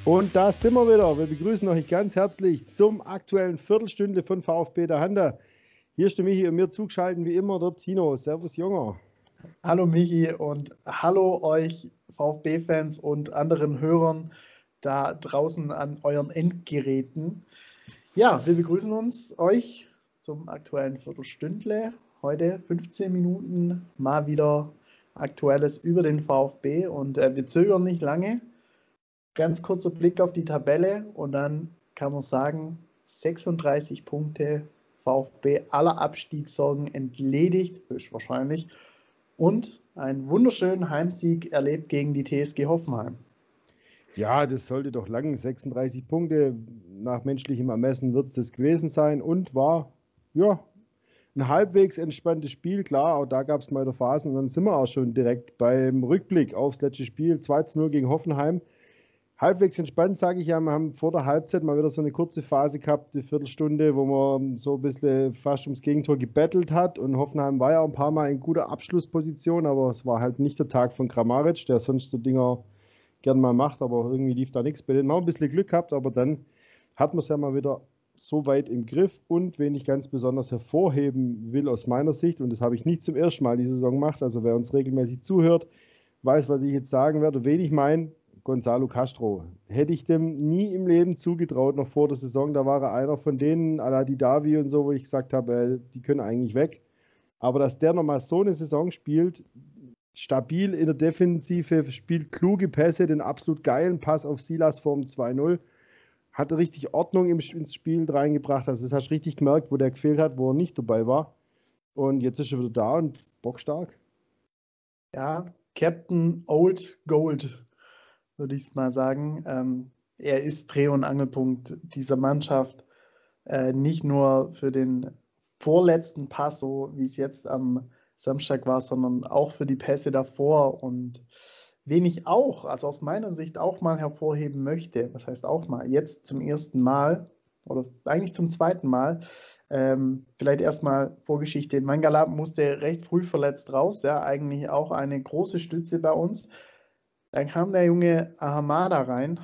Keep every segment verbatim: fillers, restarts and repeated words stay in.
Und da sind wir wieder. Wir begrüßen euch ganz herzlich zum aktuellen Viertelstündle von VfB Dahanda. Hier ist der Michi und mir zugeschaltet wie immer der Tino. Servus, Junger. Hallo Michi und hallo euch VfB-Fans und anderen Hörern da draußen an euren Endgeräten. Ja, wir begrüßen uns euch zum aktuellen Viertelstündle. Heute fünfzehn Minuten mal wieder Aktuelles über den VfB und äh, wir zögern nicht lange. Ganz kurzer Blick auf die Tabelle und dann kann man sagen, sechsunddreißig Punkte, VfB aller Abstiegssorgen entledigt, höchstwahrscheinlich. Und einen wunderschönen Heimsieg erlebt gegen die T S G Hoffenheim. Ja, das sollte doch lang. sechsunddreißig Punkte nach menschlichem Ermessen wird es das gewesen sein und war, ja, ein halbwegs entspanntes Spiel. Klar, auch da gab es mal wieder Phasen. Und dann sind wir auch schon direkt beim Rückblick aufs letzte Spiel. zwei zu null gegen Hoffenheim. Halbwegs entspannt, sage ich ja. Wir haben vor der Halbzeit mal wieder so eine kurze Phase gehabt, die Viertelstunde, wo man so ein bisschen fast ums Gegentor gebettelt hat. Und Hoffenheim war ja auch ein paar Mal in guter Abschlussposition, aber es war halt nicht der Tag von Kramaric, der sonst so Dinger gern mal macht, aber irgendwie lief da nichts bei denen. Wir haben ein bisschen Glück gehabt, aber dann hat man es ja mal wieder so weit im Griff. Und wen ich ganz besonders hervorheben will aus meiner Sicht, und das habe ich nicht zum ersten Mal die Saison gemacht, also wer uns regelmäßig zuhört, weiß, was ich jetzt sagen werde, wen ich meine. Gonzalo Castro. Hätte ich dem nie im Leben zugetraut, noch vor der Saison. Da war er einer von denen, à la Didavi und so, wo ich gesagt habe, äh, die können eigentlich weg. Aber dass der nochmal so eine Saison spielt, stabil in der Defensive, spielt kluge Pässe, den absolut geilen Pass auf Silas vorm zwei null, hat richtig Ordnung im, ins Spiel reingebracht. Also das hast du richtig gemerkt, wo der gefehlt hat, wo er nicht dabei war. Und jetzt ist er wieder da und bockstark. Ja, Captain Old Gold, würde ich es mal sagen. Ähm, er ist Dreh- und Angelpunkt dieser Mannschaft. Äh, nicht nur für den vorletzten Pass, so wie es jetzt am Samstag war, sondern auch für die Pässe davor. Und wen ich auch, also aus meiner Sicht auch mal hervorheben möchte, was heißt auch mal, jetzt zum ersten Mal oder eigentlich zum zweiten Mal, ähm, vielleicht erstmal Vorgeschichte. Mangala musste recht früh verletzt raus, ja, eigentlich auch eine große Stütze bei uns. Dann kam der junge Ahamada rein.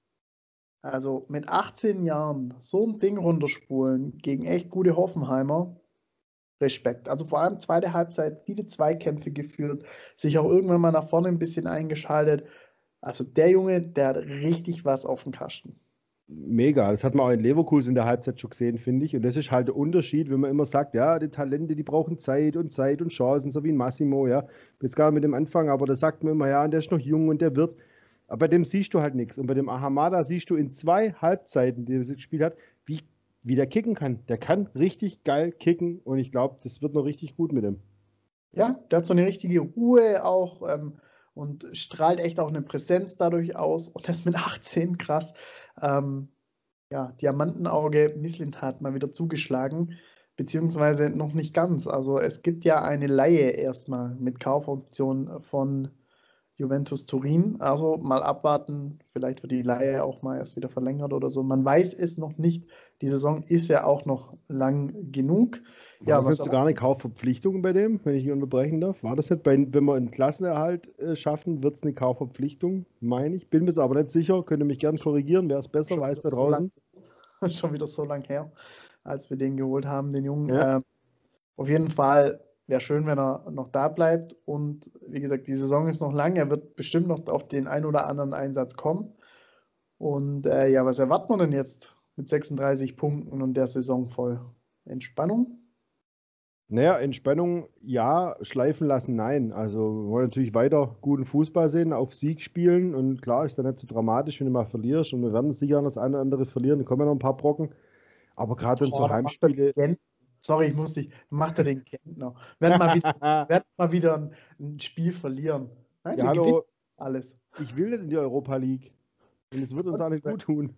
Also mit achtzehn Jahren so ein Ding runterspulen gegen echt gute Hoffenheimer. Respekt. Also vor allem zweite Halbzeit, viele Zweikämpfe geführt, sich auch irgendwann mal nach vorne ein bisschen eingeschaltet. Also der Junge, der hat richtig was auf dem Kasten. Mega, das hat man auch in Leverkusen in der Halbzeit schon gesehen, finde ich. Und das ist halt der Unterschied, wenn man immer sagt, ja, die Talente, die brauchen Zeit und Zeit und Chancen, so wie ein Massimo, ja. Jetzt gar mit dem Anfang, aber da sagt man immer, ja, und der ist noch jung und der wird. Aber bei dem siehst du halt nichts. Und bei dem Ahamada siehst du in zwei Halbzeiten, die er gespielt hat, wie, wie der kicken kann. Der kann richtig geil kicken und ich glaube, das wird noch richtig gut mit ihm. Ja, der hat so eine richtige Ruhe auch ähm, und strahlt echt auch eine Präsenz dadurch aus. Und das mit achtzehn, krass. Ähm, ja, Diamantenauge Mislintat mal wieder zugeschlagen, beziehungsweise noch nicht ganz. Also es gibt ja eine Leihe erstmal mit Kaufoption von Juventus Turin. Also mal abwarten, vielleicht wird die Leihe auch mal erst wieder verlängert oder so. Man weiß es noch nicht. Die Saison ist ja auch noch lang genug. War Ja, das was nicht sogar eine Kaufverpflichtung bei dem, wenn ich ihn unterbrechen darf? War das nicht, bei, wenn wir einen Klassenerhalt äh, schaffen, wird es eine Kaufverpflichtung, meine ich? Bin mir jetzt aber nicht sicher, könnt ihr mich gerne korrigieren, wer es besser schon weiß da wieder so draußen. lang, schon wieder so lang her, als wir den geholt haben, den Jungen. Ja. Ähm, auf jeden Fall wäre schön, wenn er noch da bleibt. Und wie gesagt, die Saison ist noch lang. Er wird bestimmt noch auf den ein oder anderen Einsatz kommen. Und äh, ja, was erwartet man denn jetzt mit sechsunddreißig Punkten und der Saison voll? Entspannung? Naja, Entspannung ja, schleifen lassen nein. Also wir wollen natürlich weiter guten Fußball sehen, auf Sieg spielen und klar ist dann nicht so dramatisch, wenn du mal verlierst und wir werden sicher das eine oder andere verlieren, dann kommen ja noch ein paar Brocken. Aber gerade wenn Oh, so da macht er Heimspiele. den Gent- Sorry, ich muss dich. Macht er den Gentner. Werden mal wieder, werden mal wieder ein, ein Spiel verlieren. Nein, Ja, wir gewinnen hallo, alles. ich will nicht in die Europa League. Und es wird uns auch nicht gut tun.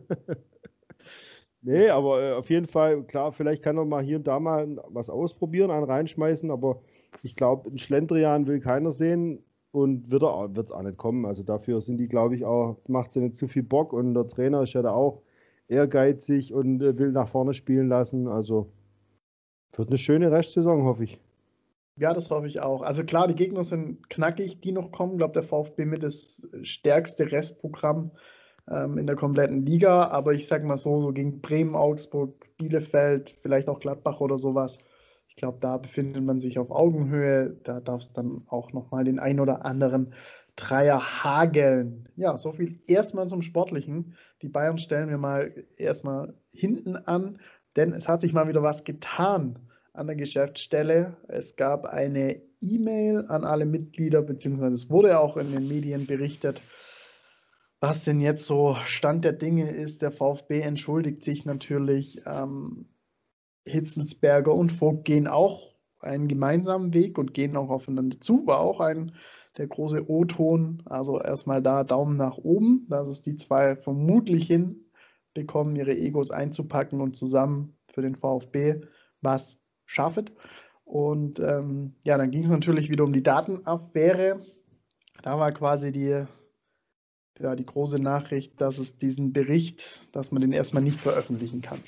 Nee, aber äh, auf jeden Fall, klar, vielleicht kann er mal hier und da mal was ausprobieren, einen reinschmeißen, aber ich glaube, einen Schlendrian will keiner sehen und wird es auch nicht kommen. Also dafür sind die, glaube ich, auch, macht sie nicht zu viel Bock und der Trainer ist ja da auch ehrgeizig und äh, will nach vorne spielen lassen. Also wird eine schöne Restsaison, hoffe ich. Ja, das hoffe ich auch. Also klar, die Gegner sind knackig, die noch kommen. Ich glaube, der VfB mit das stärkste Restprogramm ähm, in der kompletten Liga. Aber ich sag mal so, so gegen Bremen, Augsburg, Bielefeld, vielleicht auch Gladbach oder sowas. Ich glaube, da befindet man sich auf Augenhöhe. Da darf es dann auch nochmal den ein oder anderen Dreier hageln. Ja, so viel erstmal zum Sportlichen. Die Bayern stellen wir mal erstmal hinten an, denn es hat sich mal wieder was getan an der Geschäftsstelle. Es gab eine E-Mail an alle Mitglieder, beziehungsweise es wurde auch in den Medien berichtet, was denn jetzt so Stand der Dinge ist. Der VfB entschuldigt sich natürlich. Ähm, Hitzelsberger und Vogt gehen auch einen gemeinsamen Weg und gehen auch aufeinander zu. War auch ein der große O-Ton. Also erstmal da Daumen nach oben, dass es die zwei vermutlich hinbekommen, ihre Egos einzupacken und zusammen für den VfB was schaffen. Und ähm, ja, dann ging es natürlich wieder um die Datenaffäre. Da war quasi die, ja, die große Nachricht, dass es diesen Bericht, dass man den erstmal nicht veröffentlichen kann.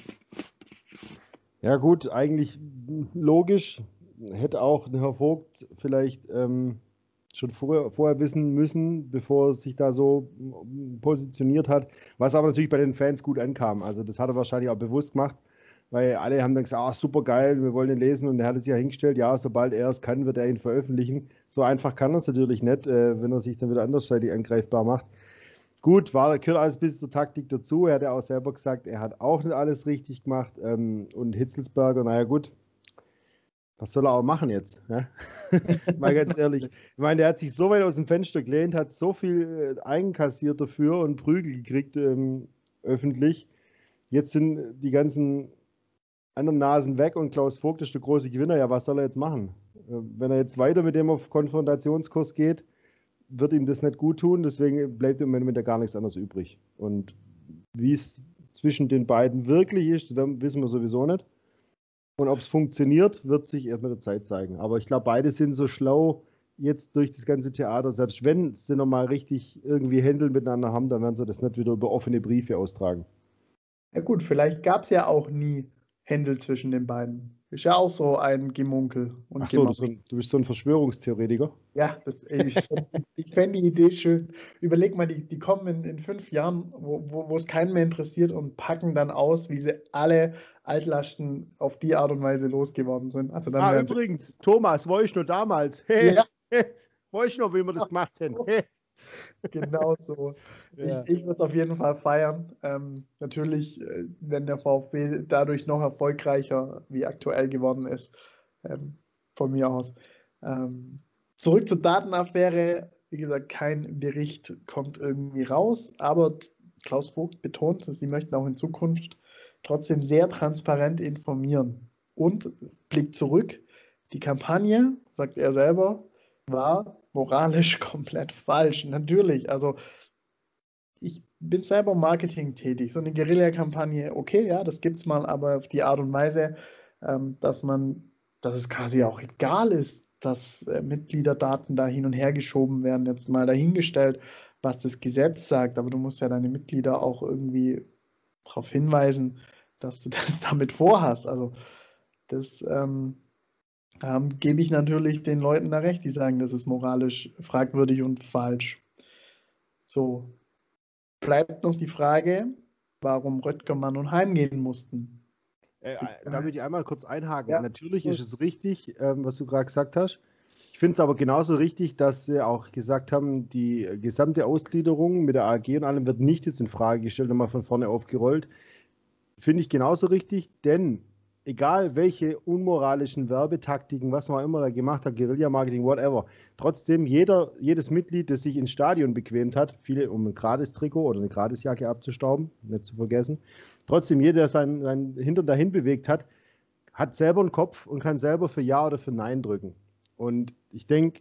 Ja gut, eigentlich logisch. Hätte auch Herr Vogt vielleicht ähm, schon vorher, vorher wissen müssen, bevor er sich da so positioniert hat. Was aber natürlich bei den Fans gut ankam. Also das hat er wahrscheinlich auch bewusst gemacht, weil alle haben dann gesagt, ah, super geil, wir wollen ihn lesen. Und er hat es ja hingestellt, ja, sobald er es kann, wird er ihn veröffentlichen. So einfach kann er es natürlich nicht, äh, wenn er sich dann wieder andersseitig angreifbar macht. Gut, war, gehört alles bis zur Taktik dazu. Er hat ja auch selber gesagt, er hat auch nicht alles richtig gemacht. Ähm, und Hitzelsberger, naja gut, was soll er auch machen jetzt? Ja? Mal ganz ehrlich. Ich meine, der hat sich so weit aus dem Fenster gelehnt, hat so viel äh, einkassiert dafür und Prügel gekriegt ähm, öffentlich. Jetzt sind die ganzen anderen Nasen weg und Klaus Vogt ist der große Gewinner. Ja, was soll er jetzt machen? Äh, wenn er jetzt weiter mit dem auf Konfrontationskurs geht, wird ihm das nicht gut tun, deswegen bleibt im Moment da gar nichts anderes übrig. Und wie es zwischen den beiden wirklich ist, dann wissen wir sowieso nicht. Und ob es funktioniert, wird sich erst mit der Zeit zeigen. Aber ich glaube, beide sind so schlau jetzt durch das ganze Theater, selbst wenn sie nochmal richtig irgendwie Händel miteinander haben, dann werden sie das nicht wieder über offene Briefe austragen. Ja gut, vielleicht gab es ja auch nie Händel zwischen den beiden. Ist ja auch so ein Gemunkel und Ach so, du, Gemache. so ein, du bist so ein Verschwörungstheoretiker. Ja, das, ich, ich fände die Idee schön. Überleg mal, die, die kommen in, in fünf Jahren, wo, wo, wo es keinen mehr interessiert und packen dann aus, wie sie alle Altlasten auf die Art und Weise losgeworden sind. Also dann Ah, werden sie, übrigens, Thomas, wo ich noch damals? Hey, ja, hey, wo ich noch, wie wir das gemacht haben? Hey. genau so. Ja. Ich, ich würde es auf jeden Fall feiern. Ähm, natürlich, äh, wenn der VfB dadurch noch erfolgreicher wie aktuell geworden ist, ähm, von mir aus. Ähm, zurück zur Datenaffäre. Wie gesagt, kein Bericht kommt irgendwie raus, aber Klaus Vogt betont, sie möchten auch in Zukunft trotzdem sehr transparent informieren. Und Blick zurück, die Kampagne, sagt er selber, war moralisch komplett falsch. Natürlich, also ich bin selber im Marketing tätig. So eine Guerilla-Kampagne, okay, ja, das gibt es mal, aber auf die Art und Weise, ähm, dass man, dass es quasi auch egal ist, dass äh, Mitgliederdaten da hin und her geschoben werden, jetzt mal dahingestellt, was das Gesetz sagt, aber du musst ja deine Mitglieder auch irgendwie darauf hinweisen, dass du das damit vorhast. Also das ähm, ähm, gebe ich natürlich den Leuten da recht, die sagen, das ist moralisch fragwürdig und falsch. So, bleibt noch die Frage, warum Röttgermann und Heim gehen mussten. Äh, da würde ich einmal kurz einhaken. Ja. Natürlich ist es richtig, ähm, was du gerade gesagt hast. Ich finde es aber genauso richtig, dass sie auch gesagt haben, die gesamte Ausgliederung mit der A G und allem wird nicht jetzt in Frage gestellt, nochmal von vorne aufgerollt. Finde ich genauso richtig, denn egal welche unmoralischen Werbetaktiken, was man immer da gemacht hat, Guerilla-Marketing, whatever, trotzdem jeder, jedes Mitglied, das sich ins Stadion bequemt hat, viele um ein Gratis-Trikot oder eine Gratisjacke abzustauben, nicht zu vergessen, trotzdem jeder, der sein, sein Hintern dahin bewegt hat, hat selber einen Kopf und kann selber für Ja oder für Nein drücken. Und ich denke,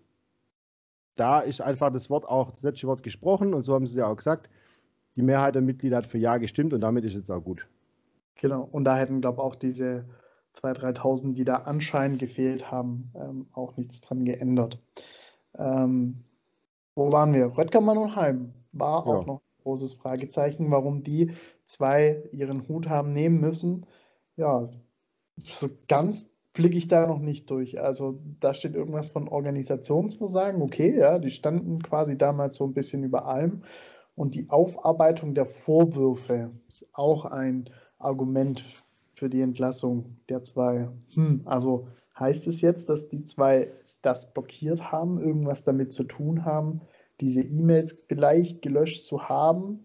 da ist einfach das Wort auch, das letzte Wort gesprochen und so haben sie es ja auch gesagt. Die Mehrheit der Mitglieder hat für Ja gestimmt und damit ist es auch gut. Genau, und da hätten, glaube ich, auch diese zweitausend, dreitausend, die da anscheinend gefehlt haben, ähm, auch nichts dran geändert. Ähm, wo waren wir? Röttgermann und Heim war Ja. auch noch ein großes Fragezeichen, warum die zwei ihren Hut haben nehmen müssen. Ja, so ganz blicke ich da noch nicht durch. Also da steht irgendwas von Organisationsversagen. Okay, ja, die standen quasi damals so ein bisschen über allem. Und die Aufarbeitung der Vorwürfe ist auch ein Argument für die Entlassung der zwei. Hm, also heißt es jetzt, dass die zwei das blockiert haben, irgendwas damit zu tun haben, diese E-Mails vielleicht gelöscht zu haben?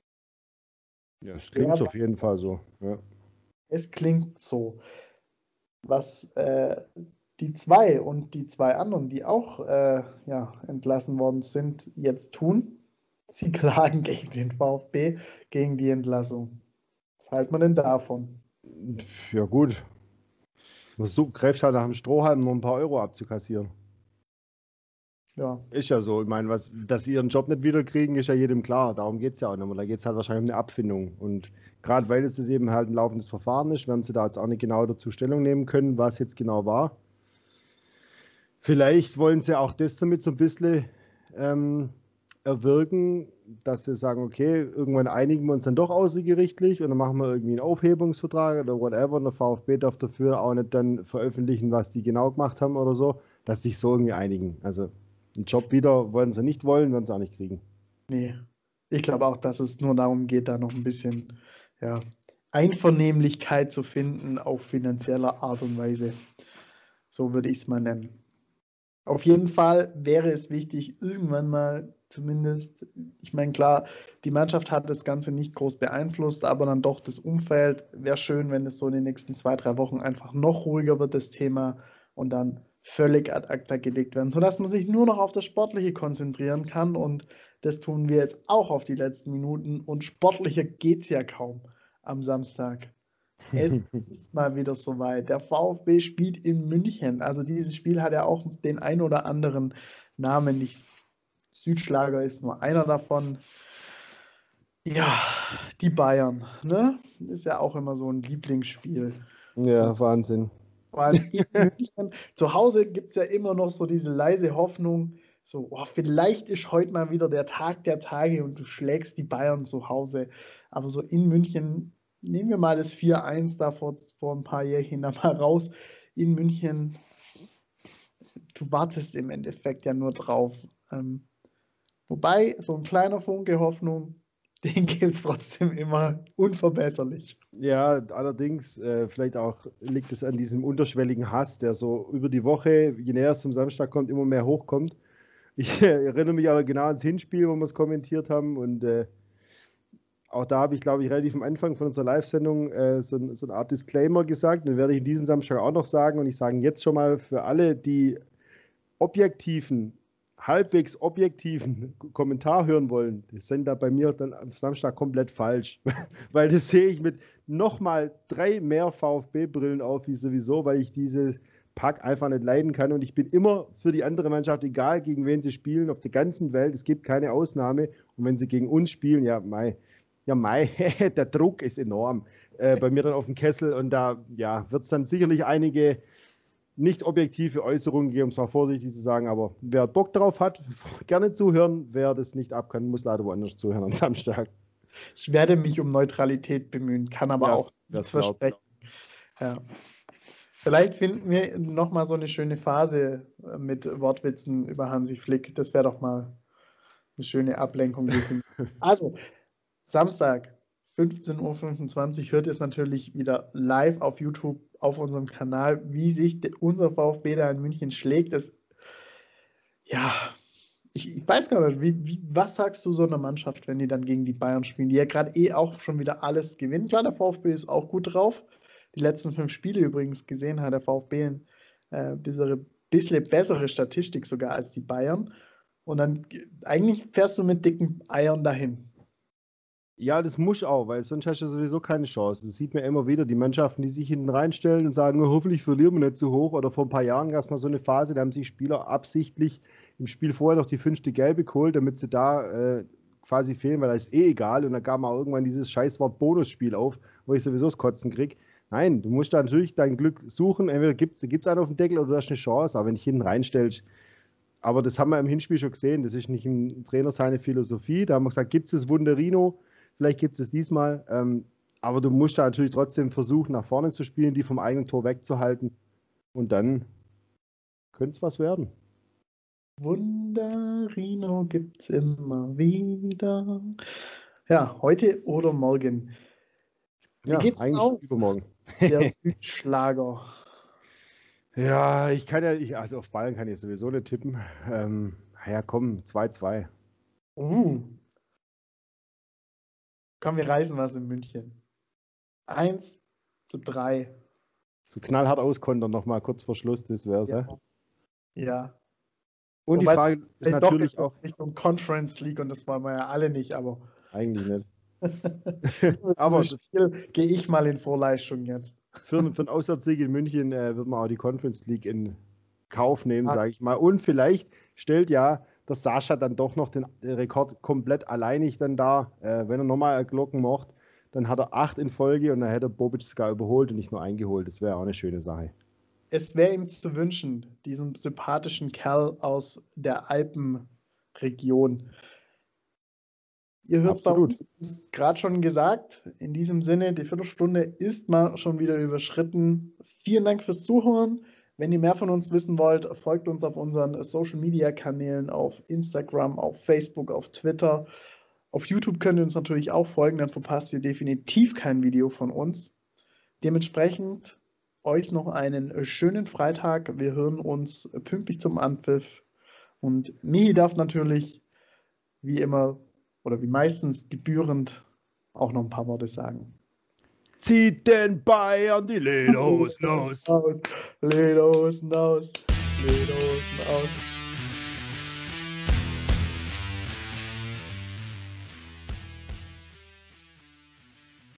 Ja, es klingt Ja, auf jeden Fall so. Ja. es klingt so. Was äh, die zwei und die zwei anderen, die auch äh, ja, entlassen worden sind, jetzt tun, sie klagen gegen den VfB, gegen die Entlassung. Was hält man denn davon? Ja, gut. So greift halt nach dem Strohhalm, nur ein paar Euro abzukassieren. Ja, Ist ja so. Ich meine, was, dass sie ihren Job nicht wiederkriegen, ist ja jedem klar. Darum geht es ja auch nicht mehr. Da geht es halt wahrscheinlich um eine Abfindung. Und gerade weil es eben halt ein laufendes Verfahren ist, werden sie da jetzt auch nicht genau dazu Stellung nehmen können, was jetzt genau war. Vielleicht wollen sie auch das damit so ein bisschen ähm, erwirken, dass sie sagen, okay, irgendwann einigen wir uns dann doch außergerichtlich und dann machen wir irgendwie einen Aufhebungsvertrag oder whatever. Und der VfB darf dafür auch nicht dann veröffentlichen, was die genau gemacht haben oder so, dass sie sich so irgendwie einigen. Also einen Job wieder wollen sie nicht wollen, werden sie auch nicht kriegen. nee. Ich glaube auch, dass es nur darum geht, da noch ein bisschen ja, Einvernehmlichkeit zu finden auf finanzieller Art und Weise. So würde ich es mal nennen. Auf jeden Fall wäre es wichtig, irgendwann mal zumindest, ich meine, klar, die Mannschaft hat das Ganze nicht groß beeinflusst, aber dann doch das Umfeld. Wäre schön, wenn es so in den nächsten zwei, drei Wochen einfach noch ruhiger wird, das Thema, und dann völlig ad acta gelegt werden, sodass man sich nur noch auf das Sportliche konzentrieren kann. Und das tun wir jetzt auch auf die letzten Minuten. Und sportlicher geht es ja kaum am Samstag. Es ist mal wieder soweit. Der VfB spielt in München. Also dieses Spiel hat ja auch den ein oder anderen Namen. Nicht Südschlager ist nur einer davon. Ja, die Bayern, ne? Ist ja auch immer so ein Lieblingsspiel. Ja, Wahnsinn. Vor allem in München. Zu Hause gibt es ja immer noch so diese leise Hoffnung, so, oh, vielleicht ist heute mal wieder der Tag der Tage und du schlägst die Bayern zu Hause. Aber so in München, nehmen wir mal das vier eins da vor, vor ein paar Jährchen da mal raus. In München, du wartest im Endeffekt ja nur drauf. Ähm, wobei, so ein kleiner Funke Hoffnung, den gibt es trotzdem immer unverbesserlich. Ja, allerdings, äh, vielleicht auch liegt es an diesem unterschwelligen Hass, der so über die Woche, je näher es zum Samstag kommt, immer mehr hochkommt. Ich äh, erinnere mich aber genau ans Hinspiel, wo wir es kommentiert haben. Und äh, auch da habe ich, glaube ich, relativ am Anfang von unserer Live-Sendung äh, so, so eine Art Disclaimer gesagt. Den werde ich diesen Samstag auch noch sagen. Und ich sage jetzt schon mal für alle, die objektiven, halbwegs objektiven Kommentar hören wollen, das sind da bei mir dann am Samstag komplett falsch. Weil das sehe ich mit nochmal drei mehr VfB-Brillen auf wie sowieso, weil ich dieses Pack einfach nicht leiden kann. Und ich bin immer für die andere Mannschaft, egal gegen wen sie spielen, auf der ganzen Welt. Es gibt keine Ausnahme. Und wenn sie gegen uns spielen, ja, mei, ja, mei, der Druck ist enorm äh, bei mir dann auf dem Kessel. Und da ja, wird es dann sicherlich einige nicht objektive Äußerungen geben, um es mal vorsichtig zu sagen. Aber wer Bock drauf hat, gerne zuhören. Wer das nicht ab kann, muss leider woanders zuhören am Samstag. Ich werde mich um Neutralität bemühen, kann aber Ja, auch das nichts versprechen. Ja. Vielleicht finden wir nochmal so eine schöne Phase mit Wortwitzen über Hansi Flick. Das wäre doch mal eine schöne Ablenkung. Also, Samstag, fünfzehn Uhr fünfundzwanzig, hört ihr es natürlich wieder live auf YouTube auf unserem Kanal, wie sich unser VfB da in München schlägt. Das, ja, ich, ich weiß gar nicht, wie, wie, was sagst du so einer Mannschaft, wenn die dann gegen die Bayern spielen, die ja gerade eh auch schon wieder alles gewinnen? Klar, der VfB ist auch gut drauf. Die letzten fünf Spiele übrigens gesehen hat der VfB ein äh, bisschen, bisschen bessere Statistik sogar als die Bayern. Und dann eigentlich fährst du mit dicken Eiern dahin. Ja, das muss auch, weil sonst hast du sowieso keine Chance. Das sieht man immer wieder, die Mannschaften, die sich hinten reinstellen und sagen, oh, hoffentlich verlieren wir nicht so hoch. Oder vor ein paar Jahren gab es mal so eine Phase, da haben sich Spieler absichtlich im Spiel vorher noch die fünfte Gelbe geholt, damit sie da äh, quasi fehlen, weil das ist eh egal. Und dann kam auch irgendwann dieses Scheißwort Bonusspiel auf, wo ich sowieso das Kotzen kriege. Nein, du musst da natürlich dein Glück suchen. Entweder gibt es einen auf dem Deckel oder du hast eine Chance. Aber wenn dich hinten reinstellst, aber das haben wir im Hinspiel schon gesehen, das ist nicht ein Trainer seine Philosophie. Da haben wir gesagt, gibt es Wunderino? Vielleicht gibt es diesmal. Ähm, aber du musst da natürlich trotzdem versuchen, nach vorne zu spielen, die vom eigenen Tor wegzuhalten. Und dann könnte es was werden. Wunderino gibt's immer wieder. Ja, heute oder morgen. Wie Ja, geht's denn eigentlich aus? übermorgen. Der Südschlager. Ja, ich kann ja, ich, also auf Bayern kann ich sowieso nicht tippen. Ähm, ja, komm, zwei zwei. Uh, komm, wir reißen was in München. Eins zu drei. So knallhart auskontern nochmal kurz vor Schluss, das wär's. Ja. Ja. Ja. Und die Wobei Frage ist vielleicht doch natürlich Richtung, auch, Richtung Conference League und das wollen wir ja alle nicht, aber eigentlich nicht. für Aber dieses Spiel gehe ich mal in Vorleistung jetzt. für, für einen Auswärtssieg in München äh, wird man auch die Conference League in Kauf nehmen, Ah. sage ich mal. Und vielleicht stellt ja der Sascha dann doch noch den Rekord komplett alleinig dann da. Äh, wenn er nochmal Glocken macht, dann hat er acht in Folge und dann hätte er Bobic sogar überholt und nicht nur eingeholt. Das wäre auch eine schöne Sache. Es wäre ihm zu wünschen, diesem sympathischen Kerl aus der Alpenregion. Ihr hört es bei Absolut. uns gerade schon gesagt. In diesem Sinne, die Viertelstunde ist mal schon wieder überschritten. Vielen Dank fürs Zuhören. Wenn ihr mehr von uns wissen wollt, folgt uns auf unseren Social-Media-Kanälen, auf Instagram, auf Facebook, auf Twitter. Auf YouTube könnt ihr uns natürlich auch folgen, dann verpasst ihr definitiv kein Video von uns. Dementsprechend euch noch einen schönen Freitag. Wir hören uns pünktlich zum Anpfiff. Und Mihi darf natürlich, wie immer oder wie meistens gebührend, auch noch ein paar Worte sagen. Zieht den Bayern die Lederhosen aus. Lederhosen aus. Lederhosen aus. Lederhosen aus.